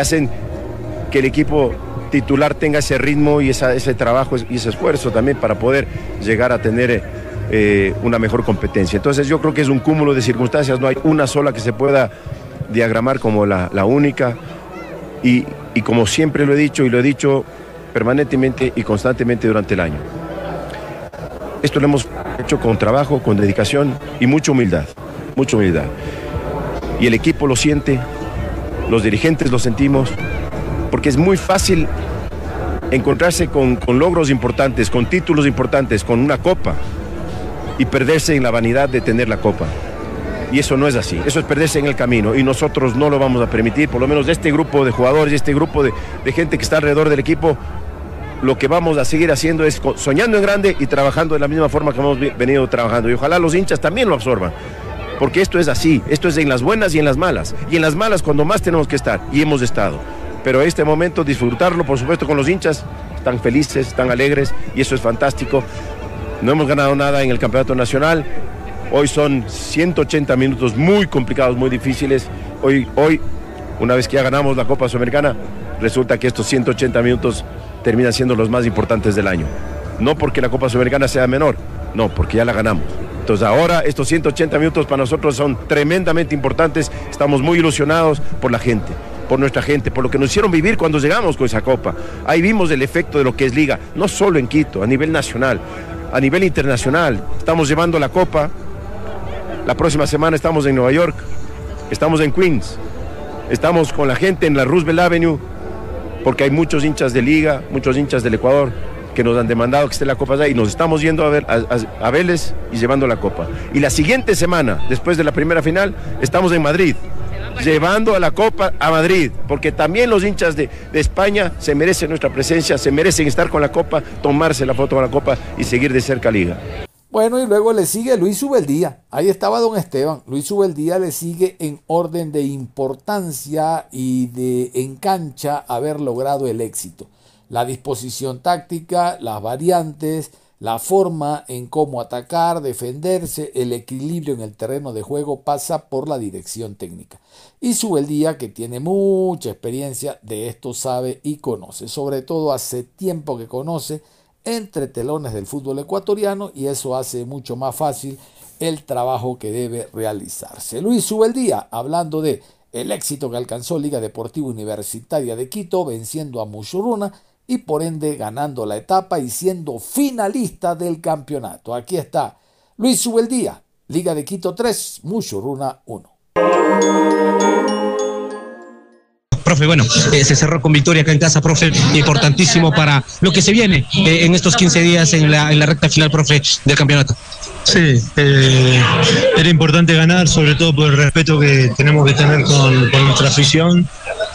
que el equipo titular tenga ese ritmo y ese trabajo y ese esfuerzo también para poder llegar a tener una mejor competencia. Entonces yo creo que es un cúmulo de circunstancias, no hay una sola que se pueda diagramar como la única y como siempre lo he dicho y lo he dicho permanentemente y constantemente durante el año. Esto lo hemos hecho con trabajo, con dedicación y mucha humildad, mucha humildad. Y el equipo lo siente, los dirigentes lo sentimos, porque es muy fácil encontrarse con logros importantes, con títulos importantes, con una copa y perderse en la vanidad de tener la copa. Y eso no es así, eso es perderse en el camino y nosotros no lo vamos a permitir, por lo menos de este grupo de jugadores, este grupo de gente que está alrededor del equipo. Lo que vamos a seguir haciendo es soñando en grande y trabajando de la misma forma que hemos venido trabajando. Y ojalá los hinchas también lo absorban, porque esto es así, esto es en las buenas y en las malas. Y en las malas cuando más tenemos que estar, y hemos estado. Pero este momento disfrutarlo, por supuesto, con los hinchas, están felices, están alegres, y eso es fantástico. No hemos ganado nada en el campeonato nacional. Hoy son 180 minutos muy complicados, muy difíciles. Hoy, una vez que ya ganamos la Copa Sudamericana, resulta que estos 180 minutos terminan siendo los más importantes del año. No porque la Copa Sudamericana sea menor, no, porque ya la ganamos. Entonces ahora estos 180 minutos para nosotros son tremendamente importantes. Estamos muy ilusionados por la gente, por nuestra gente, por lo que nos hicieron vivir cuando llegamos con esa Copa. Ahí vimos el efecto de lo que es Liga, no solo en Quito, a nivel nacional, a nivel internacional. Estamos llevando la Copa. La próxima semana estamos en Nueva York, estamos en Queens, estamos con la gente en la Roosevelt Avenue, porque hay muchos hinchas de Liga, muchos hinchas del Ecuador que nos han demandado que esté la Copa allá y nos estamos yendo a ver a Vélez y llevando la Copa. Y la siguiente semana, después de la primera final, estamos en Madrid, llevando a la Copa a Madrid, porque también los hinchas de España se merecen nuestra presencia, se merecen estar con la Copa, tomarse la foto con la Copa y seguir de cerca Liga. Bueno, y luego le sigue Luis Ubeldía. Ahí estaba don Esteban. Luis Ubeldía le sigue en orden de importancia y de en cancha haber logrado el éxito. La disposición táctica, las variantes, la forma en cómo atacar, defenderse, el equilibrio en el terreno de juego pasa por la dirección técnica. Y Ubeldía, que tiene mucha experiencia de esto, sabe y conoce. Sobre todo hace tiempo que conoce entre telones del fútbol ecuatoriano y eso hace mucho más fácil el trabajo que debe realizarse. Luis Ubeldía, hablando de el éxito que alcanzó Liga Deportiva Universitaria de Quito, venciendo a Mushuruna y por ende ganando la etapa y siendo finalista del campeonato. Aquí está Luis Ubeldía, Liga de Quito 3, Mushuruna 1. Profe, bueno, se cerró con victoria acá en casa, profe, importantísimo para lo que se viene en estos 15 días en la recta final, profe, del campeonato. Sí, era importante ganar, sobre todo por el respeto que tenemos que tener con nuestra afición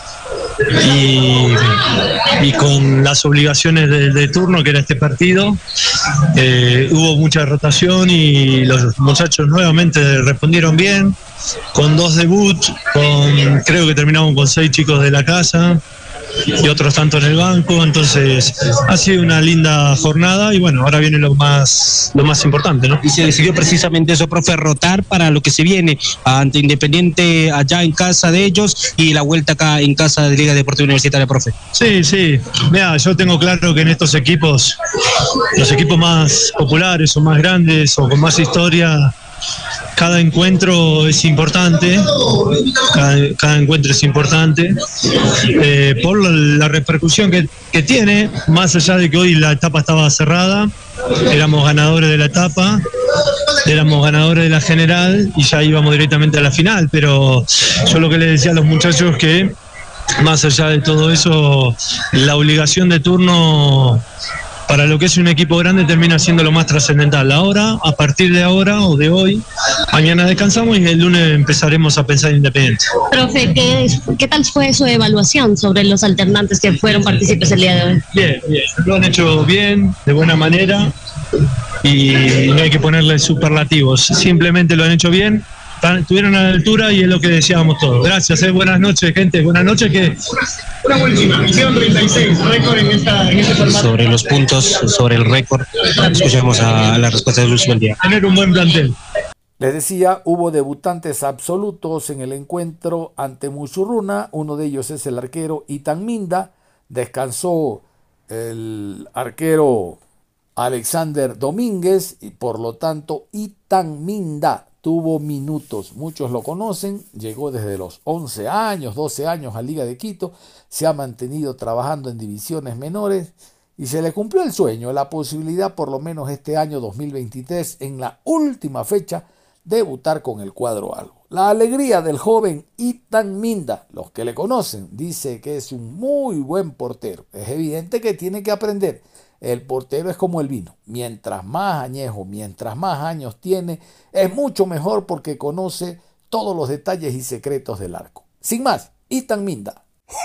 y con las obligaciones de turno que era este partido. Hubo mucha rotación y los muchachos nuevamente respondieron bien, con 2 debuts, creo que terminamos con 6 chicos de la casa y otros tanto en el banco, entonces ha sido una linda jornada y bueno, ahora viene lo más importante, ¿no? Y se decidió precisamente eso, profe, rotar para lo que se viene ante Independiente allá en casa de ellos y la vuelta acá en casa de Liga Deportiva Universitaria, profe. Sí, mira, yo tengo claro que en estos equipos, los equipos más populares o más grandes o con más historia, cada encuentro es importante, cada encuentro es importante por la repercusión que tiene, más allá de que hoy la etapa estaba cerrada, éramos ganadores de la etapa, éramos ganadores de la general y ya íbamos directamente a la final, pero yo lo que les decía a los muchachos es que más allá de todo eso, la obligación de turno para lo que es un equipo grande termina siendo lo más trascendental. Ahora, a partir de ahora o de hoy, mañana descansamos y el lunes empezaremos a pensar Independiente. Profe, ¿qué tal fue su evaluación sobre los alternantes que fueron partícipes el día de hoy? Bien, lo han hecho bien, de buena manera y no hay que ponerle superlativos, simplemente lo han hecho bien. Estuvieron a la altura y es lo que deseábamos todos. Gracias, buenas noches, gente, buenas noches, que Una última, hicieron 36, récord en este formato. Sobre los puntos, sobre el récord, escuchemos a la respuesta de Luis Ubeldía. Tener un buen plantel. Les decía, hubo debutantes absolutos en el encuentro ante Muchurruna. Uno de ellos es el arquero Itan Minda. Descansó el arquero Alexander Domínguez y por lo tanto Itan Minda tuvo minutos. Muchos lo conocen, llegó desde los 11 años, 12 años a Liga de Quito, se ha mantenido trabajando en divisiones menores y se le cumplió el sueño, la posibilidad por lo menos este año 2023 en la última fecha debutar con el cuadro albo. La alegría del joven Itan Minda, los que le conocen, dice que es un muy buen portero. Es evidente que tiene que aprender. El portero es como el vino. Mientras más añejo, mientras más años tiene, es mucho mejor porque conoce todos los detalles y secretos del arco. Sin más, Itan Minda.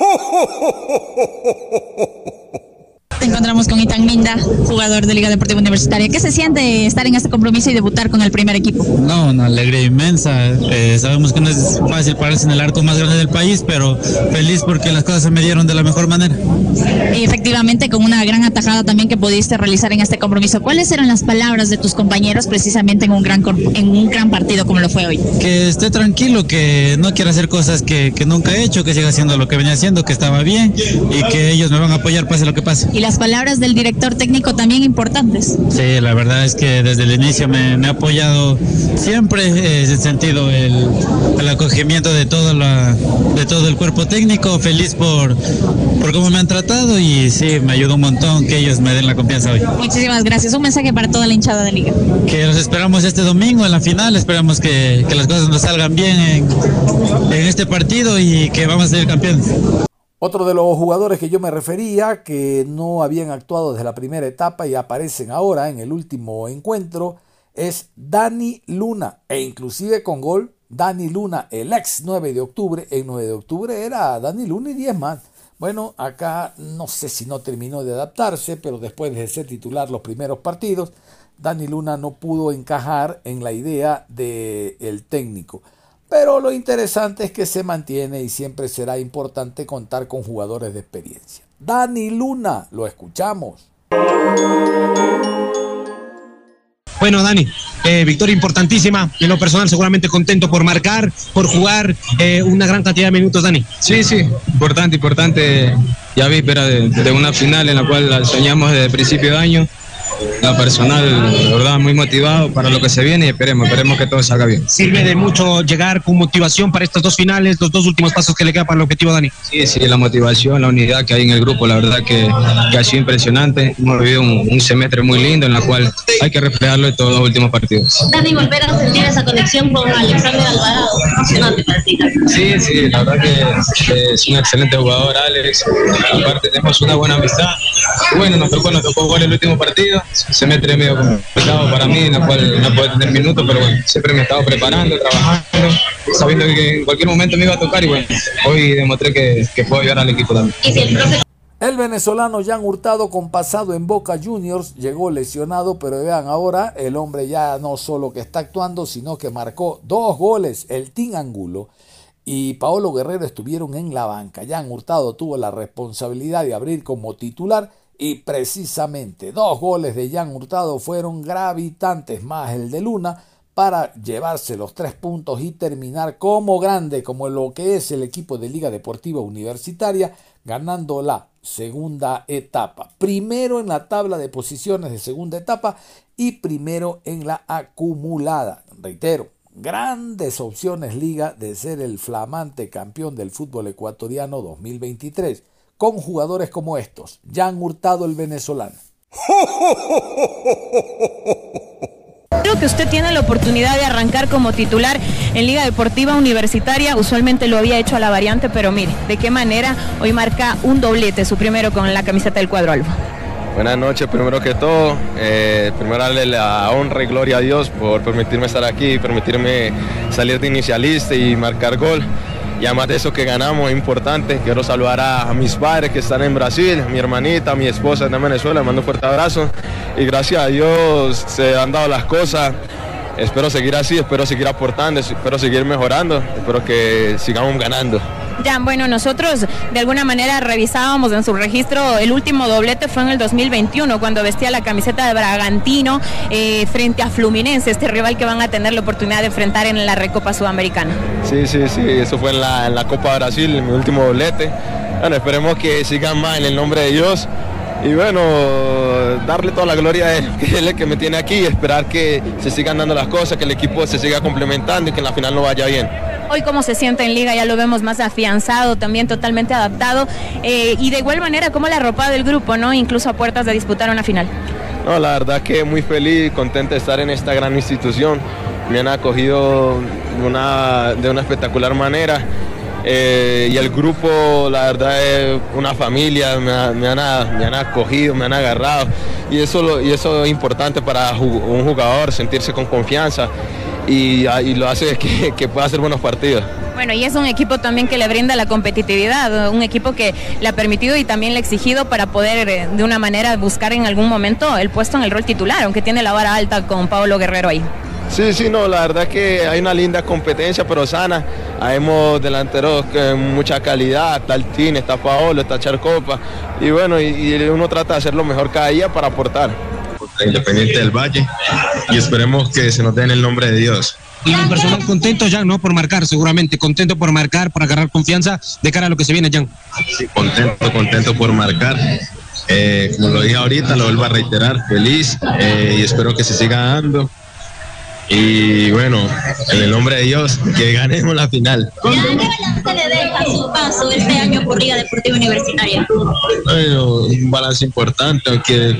Te encontramos con Itan Minda, jugador de Liga Deportiva Universitaria. ¿Qué se siente estar en este compromiso y debutar con el primer equipo? No, una alegría inmensa. Sabemos que no es fácil pararse en el arco más grande del país, pero feliz porque las cosas se me dieron de la mejor manera. Efectivamente, con una gran atajada también que pudiste realizar en este compromiso. ¿Cuáles eran las palabras de tus compañeros precisamente en un gran partido como lo fue hoy? Que esté tranquilo, que no quiera hacer cosas que nunca he hecho, que siga haciendo lo que venía haciendo, que estaba bien y que ellos me van a apoyar pase lo que pase. Y las palabras del director técnico también importantes. Sí, la verdad es que desde el inicio me ha apoyado siempre, he sentido el acogimiento de todo el cuerpo técnico, feliz por cómo me han tratado y sí, me ayudó un montón que ellos me den la confianza hoy. Muchísimas gracias, un mensaje para toda la hinchada de Liga. Que los esperamos este domingo en la final, esperamos que las cosas nos salgan bien en este partido y que vamos a ser campeones. Otro de los jugadores que yo me refería, que no habían actuado desde la primera etapa y aparecen ahora en el último encuentro, es Dani Luna, e inclusive con gol. Dani Luna, el ex 9 de octubre, el 9 de octubre era Dani Luna y 10 más. Bueno, acá no sé si no terminó de adaptarse, pero después de ser titular los primeros partidos, Dani Luna no pudo encajar en la idea del técnico. Pero lo interesante es que se mantiene y siempre será importante contar con jugadores de experiencia. Dani Luna, lo escuchamos. Bueno, Dani, victoria importantísima. En lo personal, seguramente contento por marcar, por jugar una gran cantidad de minutos, Dani. Sí, importante. Ya víspera de una final en la cual soñamos desde el principio de año. La personal, la verdad, muy motivado para lo que se viene y esperemos que todo salga bien. ¿Sirve de mucho llegar con motivación para estas dos finales, los dos últimos pasos que le quedan para el objetivo, Dani? Sí, la motivación, la unidad que hay en el grupo, la verdad que ha sido impresionante. Hemos vivido un semestre muy lindo en la cual hay que reflejarlo en todos los últimos partidos. Dani, volver a sentir esa conexión con Alexander Alvarado, emocionante para ti. Sí, la verdad que es un excelente jugador, Alex. Aparte tenemos una buena amistad. Bueno, nos tocó jugar el último partido. Se me medio complicado para mí, en la cual no puedo tener minutos, pero bueno, siempre me he estado preparando, trabajando, sabiendo que en cualquier momento me iba a tocar y bueno, hoy demostré que puedo ayudar al equipo también. El venezolano Jan Hurtado, con pasado en Boca Juniors, llegó lesionado, pero vean ahora, el hombre ya no solo que está actuando, sino que marcó 2 goles, el Team Angulo y Paolo Guerrero estuvieron en la banca. Jan Hurtado tuvo la responsabilidad de abrir como titular y precisamente 2 goles de Jan Hurtado fueron gravitantes, más el de Luna, para llevarse los 3 puntos y terminar como grande, como lo que es el equipo de Liga Deportiva Universitaria, ganando la segunda etapa. Primero en la tabla de posiciones de segunda etapa y primero en la acumulada. Reitero, grandes opciones Liga de ser el flamante campeón del fútbol ecuatoriano 2023. Con jugadores como estos, Jan Hurtado, el venezolano. Creo que usted tiene la oportunidad de arrancar como titular en Liga Deportiva Universitaria. Usualmente lo había hecho a la variante, pero mire, de qué manera hoy marca un doblete, su primero con la camiseta del cuadro albo. Buenas noches, primero que todo, primero darle la honra y gloria a Dios por permitirme estar aquí, permitirme salir de inicialista y marcar gol. Y además de eso que ganamos es importante. Quiero saludar a mis padres que están en Brasil, a mi hermanita, a mi esposa está en Venezuela, les mando un fuerte abrazo. Y gracias a Dios se han dado las cosas. Espero seguir así, espero seguir aportando, espero seguir mejorando, espero que sigamos ganando. Ya, bueno, nosotros de alguna manera revisábamos en su registro, el último doblete fue en el 2021, cuando vestía la camiseta de Bragantino frente a Fluminense, este rival que van a tener la oportunidad de enfrentar en la Recopa Sudamericana. Sí, eso fue en la Copa Brasil, en mi último doblete. Bueno, esperemos que sigan más en el nombre de Dios. Y bueno, darle toda la gloria a él, que es el que me tiene aquí, esperar que se sigan dando las cosas, que el equipo se siga complementando y que en la final no vaya bien. Hoy cómo se siente en Liga, ya lo vemos más afianzado, también totalmente adaptado, y de igual manera cómo la ropa del grupo, ¿no? Incluso a puertas de disputar una final. No, la verdad que muy feliz, contento de estar en esta gran institución, me han acogido de una espectacular manera. Y el grupo, la verdad, es una familia, me han acogido, me han agarrado, y eso es importante para un jugador, sentirse con confianza, y lo hace que pueda hacer buenos partidos. Bueno, y es un equipo también que le brinda la competitividad, un equipo que le ha permitido y también le ha exigido para poder de una manera buscar en algún momento el puesto en el rol titular, aunque tiene la vara alta con Pablo Guerrero ahí. Sí, no, la verdad que hay una linda competencia, pero sana. Hemos delanteros con mucha calidad, está el Tine, está Paolo, está Charcopa, y bueno, y uno trata de hacer lo mejor cada día para aportar. Independiente del Valle, y esperemos que se nos dé en el nombre de Dios. Y en personal contento, Jan, ¿no? Por marcar, seguramente, contento por marcar, por agarrar confianza de cara a lo que se viene, Jan. Sí, contento por marcar. Como lo dije ahorita, lo vuelvo a reiterar, feliz, y espero que se siga dando. Y bueno, en el nombre de Dios, que ganemos la final. ¿Qué balance le deja a su paso este año por Liga Deportiva Universitaria? Bueno, un balance importante, aunque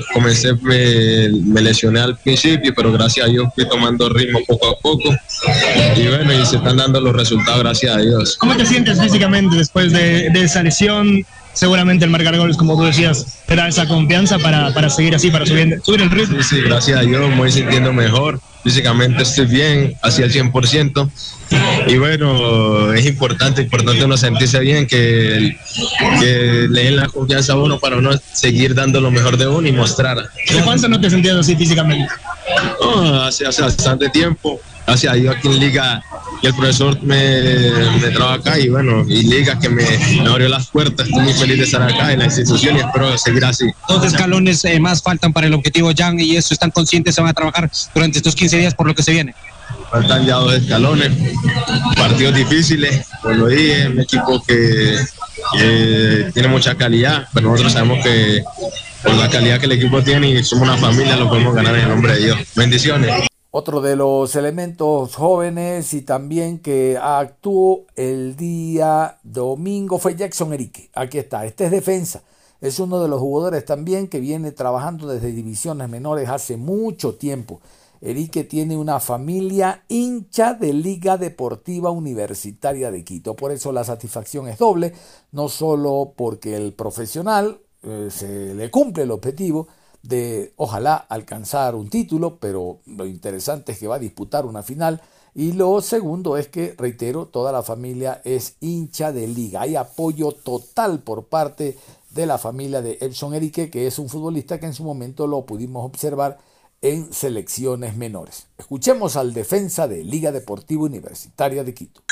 me lesioné al principio, pero gracias a Dios fui tomando ritmo poco a poco. Y bueno, y se están dando los resultados, gracias a Dios. ¿Cómo te sientes físicamente después de esa lesión? Seguramente el marcar goles, como tú decías, te da esa confianza para seguir así, para subir el ritmo. Sí, gracias a Dios me voy sintiendo mejor. Físicamente estoy bien, hacia el 100%. Y bueno, es importante uno sentirse bien, que le den la confianza a uno para uno seguir dando lo mejor de uno y mostrar. ¿De cuánto no te sentías así físicamente? No, hace bastante tiempo. Gracias a Dios aquí en Liga, y el profesor me trajo acá, y bueno, y Liga que me abrió las puertas. Estoy muy feliz de estar acá en la institución y espero seguir así. 2 escalones más faltan para el objetivo, Jan, y eso están conscientes, se van a trabajar durante estos 15 días por lo que se viene. Faltan ya 2 escalones, partidos difíciles, como lo dije, un equipo que tiene mucha calidad, pero nosotros sabemos que por la calidad que el equipo tiene y somos una familia, lo podemos ganar en el nombre de Dios. Bendiciones. Otro de los elementos jóvenes y también que actuó el día domingo fue Jackson Erique. Aquí está, este es defensa. Es uno de los jugadores también que viene trabajando desde divisiones menores hace mucho tiempo. Erique tiene una familia hincha de Liga Deportiva Universitaria de Quito. Por eso la satisfacción es doble, no solo porque el profesional se le cumple el objetivo de ojalá alcanzar un título, pero lo interesante es que va a disputar una final, y lo segundo es que, reitero, toda la familia es hincha de Liga. Hay apoyo total por parte de la familia de Jackson Erique, que es un futbolista que en su momento lo pudimos observar en selecciones menores. Escuchemos al defensa de Liga Deportiva Universitaria de Quito.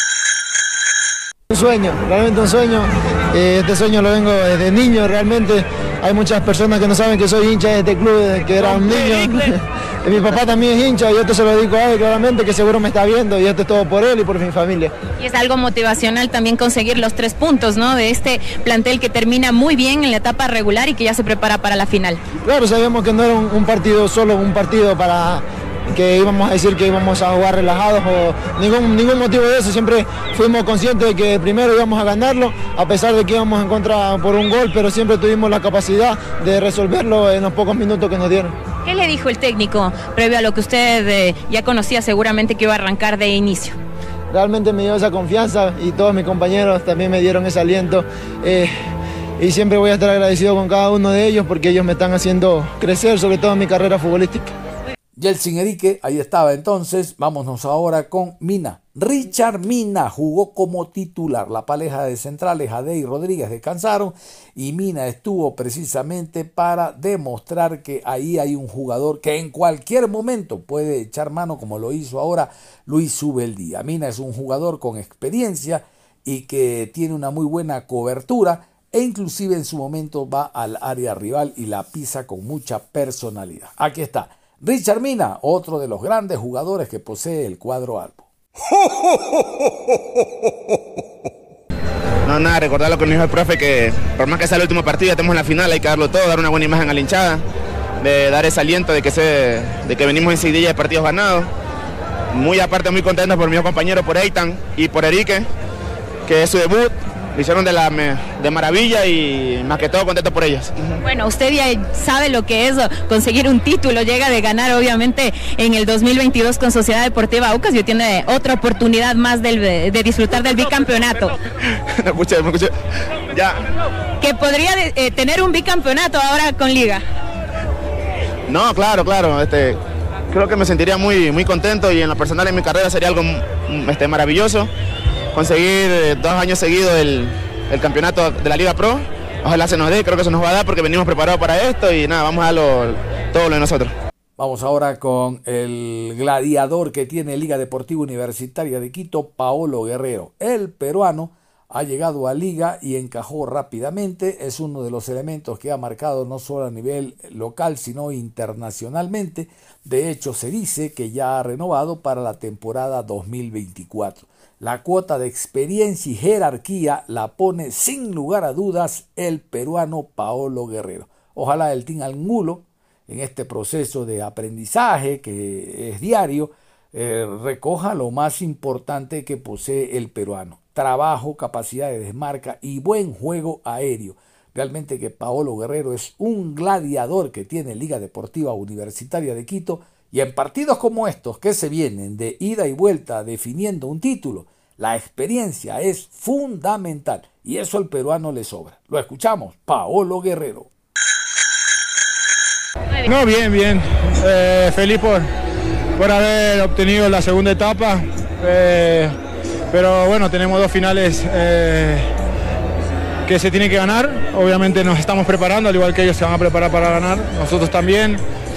Un sueño, realmente un sueño. Este sueño lo vengo desde niño, realmente. Hay muchas personas que no saben que soy hincha de este club desde que era un niño. Mi papá también es hincha, y esto se lo dedico a él claramente, que seguro me está viendo, y esto es todo por él y por mi familia. Y es algo motivacional también conseguir los 3 puntos, ¿no? De este plantel que termina muy bien en la etapa regular y que ya se prepara para la final. Claro, sabíamos que no era un partido solo, un partido para que íbamos a decir que íbamos a jugar relajados o ningún motivo de eso. Siempre fuimos conscientes de que primero íbamos a ganarlo, a pesar de que íbamos en contra por un gol, pero siempre tuvimos la capacidad de resolverlo en los pocos minutos que nos dieron. ¿Qué le dijo el técnico previo a lo que usted ya conocía seguramente que iba a arrancar de inicio? Realmente me dio esa confianza, y todos mis compañeros también me dieron ese aliento. Y siempre voy a estar agradecido con cada uno de ellos, porque ellos me están haciendo crecer, sobre todo en mi carrera futbolística. Jackson Erique, ahí estaba entonces. Vámonos ahora con Mina. Richard Mina jugó como titular. La pareja de centrales, Ade y Rodríguez, descansaron, y Mina estuvo precisamente para demostrar que ahí hay un jugador que en cualquier momento puede echar mano, como lo hizo ahora Luis Ubeldía. Mina es un jugador con experiencia y que tiene una muy buena cobertura e inclusive en su momento va al área rival y la pisa con mucha personalidad. Aquí está Richard Mina, otro de los grandes jugadores que posee el cuadro albo. No, nada, recordar lo que nos dijo el profe, que por más que sea el último partido, ya tenemos la final, hay que darlo todo, dar una buena imagen a la hinchada, de dar ese aliento de que venimos en seguidilla de partidos ganados. Muy aparte, muy contento por mi compañero, por Eitan y por Erique, que es su debut, lo hicieron de maravilla y más que todo contento por ellos. Bueno, usted ya sabe lo que es conseguir un título, llega de ganar obviamente en el 2022 con Sociedad Deportiva Aucas y tiene otra oportunidad más de disfrutar del bicampeonato. Me escuché. Ya. Que podría tener un bicampeonato ahora con Liga. No, claro. Creo que me sentiría muy contento y en lo personal en mi carrera sería algo maravilloso. Conseguir 2 años seguidos el campeonato de la Liga Pro. Ojalá se nos dé, creo que se nos va a dar porque venimos preparados para esto y nada, vamos a darlo todo lo de nosotros. Vamos ahora con el gladiador que tiene Liga Deportiva Universitaria de Quito, Paolo Guerrero. El peruano ha llegado a Liga y encajó rápidamente. Es uno de los elementos que ha marcado no solo a nivel local, sino internacionalmente. De hecho, se dice que ya ha renovado para la temporada 2024. La cuota de experiencia y jerarquía la pone sin lugar a dudas el peruano Paolo Guerrero. Ojalá el Team Angulo, en este proceso de aprendizaje que es diario, recoja lo más importante que posee el peruano: trabajo, capacidad de desmarca y buen juego aéreo. Realmente que Paolo Guerrero es un gladiador que tiene Liga Deportiva Universitaria de Quito, y en partidos como estos que se vienen de ida y vuelta definiendo un título, la experiencia es fundamental y eso al peruano le sobra. Lo escuchamos, Paolo Guerrero. No, bien. Feliz por haber obtenido la segunda etapa. Pero bueno, tenemos 2 finales que se tienen que ganar. Obviamente nos estamos preparando, al igual que ellos se van a preparar para ganar. Nosotros también.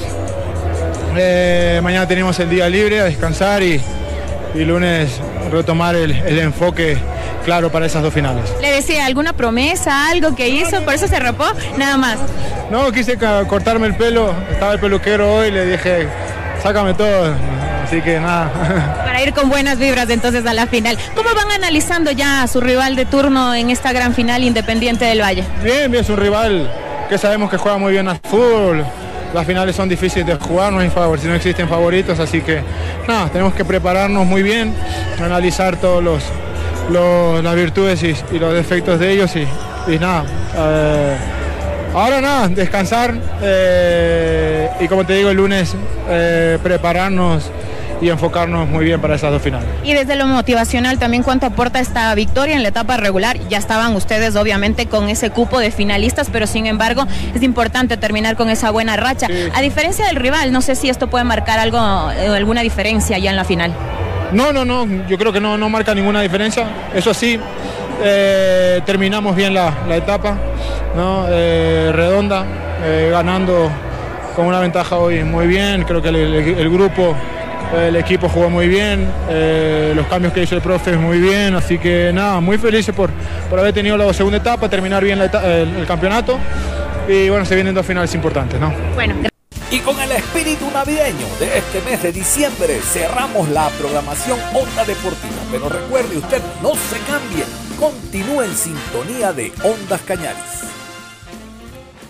Mañana tenemos el día libre, a descansar y lunes retomar el enfoque claro para esas 2 finales. Le decía, ¿alguna promesa, algo que hizo? ¿Por eso se rapó? Nada más. No, quise cortarme el pelo, estaba el peluquero hoy, le dije, sácame todo, así que nada. Para ir con buenas vibras entonces a la final. ¿Cómo van analizando ya a su rival de turno en esta gran final, Independiente del Valle? Bien, es un rival que sabemos que juega muy bien al fútbol. Las finales son difíciles de jugar, no hay favor, si no existen favoritos, así que nada, tenemos que prepararnos muy bien, analizar todos las virtudes y los defectos de ellos y nada. Ahora nada, descansar y como te digo, el lunes prepararnos y enfocarnos muy bien para esas 2 finales. Y desde lo motivacional también, ¿cuánto aporta esta victoria en la etapa regular? Ya estaban ustedes obviamente con ese cupo de finalistas, pero sin embargo es importante terminar con esa buena racha. Sí. A diferencia del rival, no sé si esto puede marcar alguna diferencia ya en la final. No, yo creo que no marca ninguna diferencia. Eso sí, terminamos bien la etapa, ¿no? Redonda, ganando con una ventaja hoy muy bien. Creo que el grupo, el equipo jugó muy bien, los cambios que hizo el profe muy bien, así que nada, muy felices por haber tenido la segunda etapa, terminar bien el campeonato y bueno, se vienen 2 finales importantes, ¿no? Bueno. Y con el espíritu navideño de este mes de diciembre cerramos la programación Onda Deportiva, pero recuerde usted, no se cambie, continúe en sintonía de Ondas Cañaris.